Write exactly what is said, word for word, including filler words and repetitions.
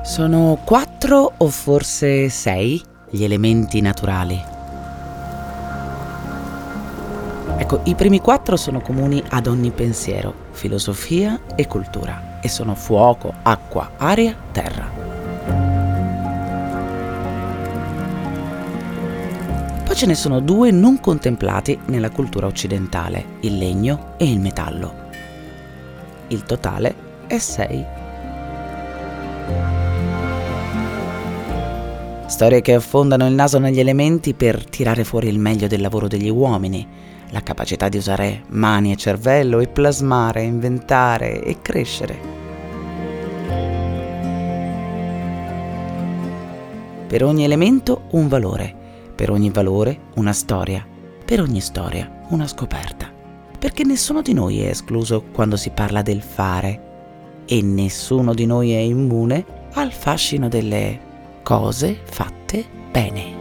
Sono quattro o forse sei gli elementi naturali. Ecco, i primi quattro sono comuni ad ogni pensiero, filosofia e cultura, e sono fuoco, acqua, aria, terra. Poi ce ne sono due non contemplati nella cultura occidentale, il legno e il metallo. Il totale è sei. Storie che affondano il naso negli elementi per tirare fuori il meglio del lavoro degli uomini, la capacità di usare mani e cervello e plasmare, inventare e crescere. Per ogni elemento un valore, per ogni valore una storia, per ogni storia una scoperta. Perché nessuno di noi è escluso quando si parla del fare e nessuno di noi è immune al fascino delle cose fatte bene.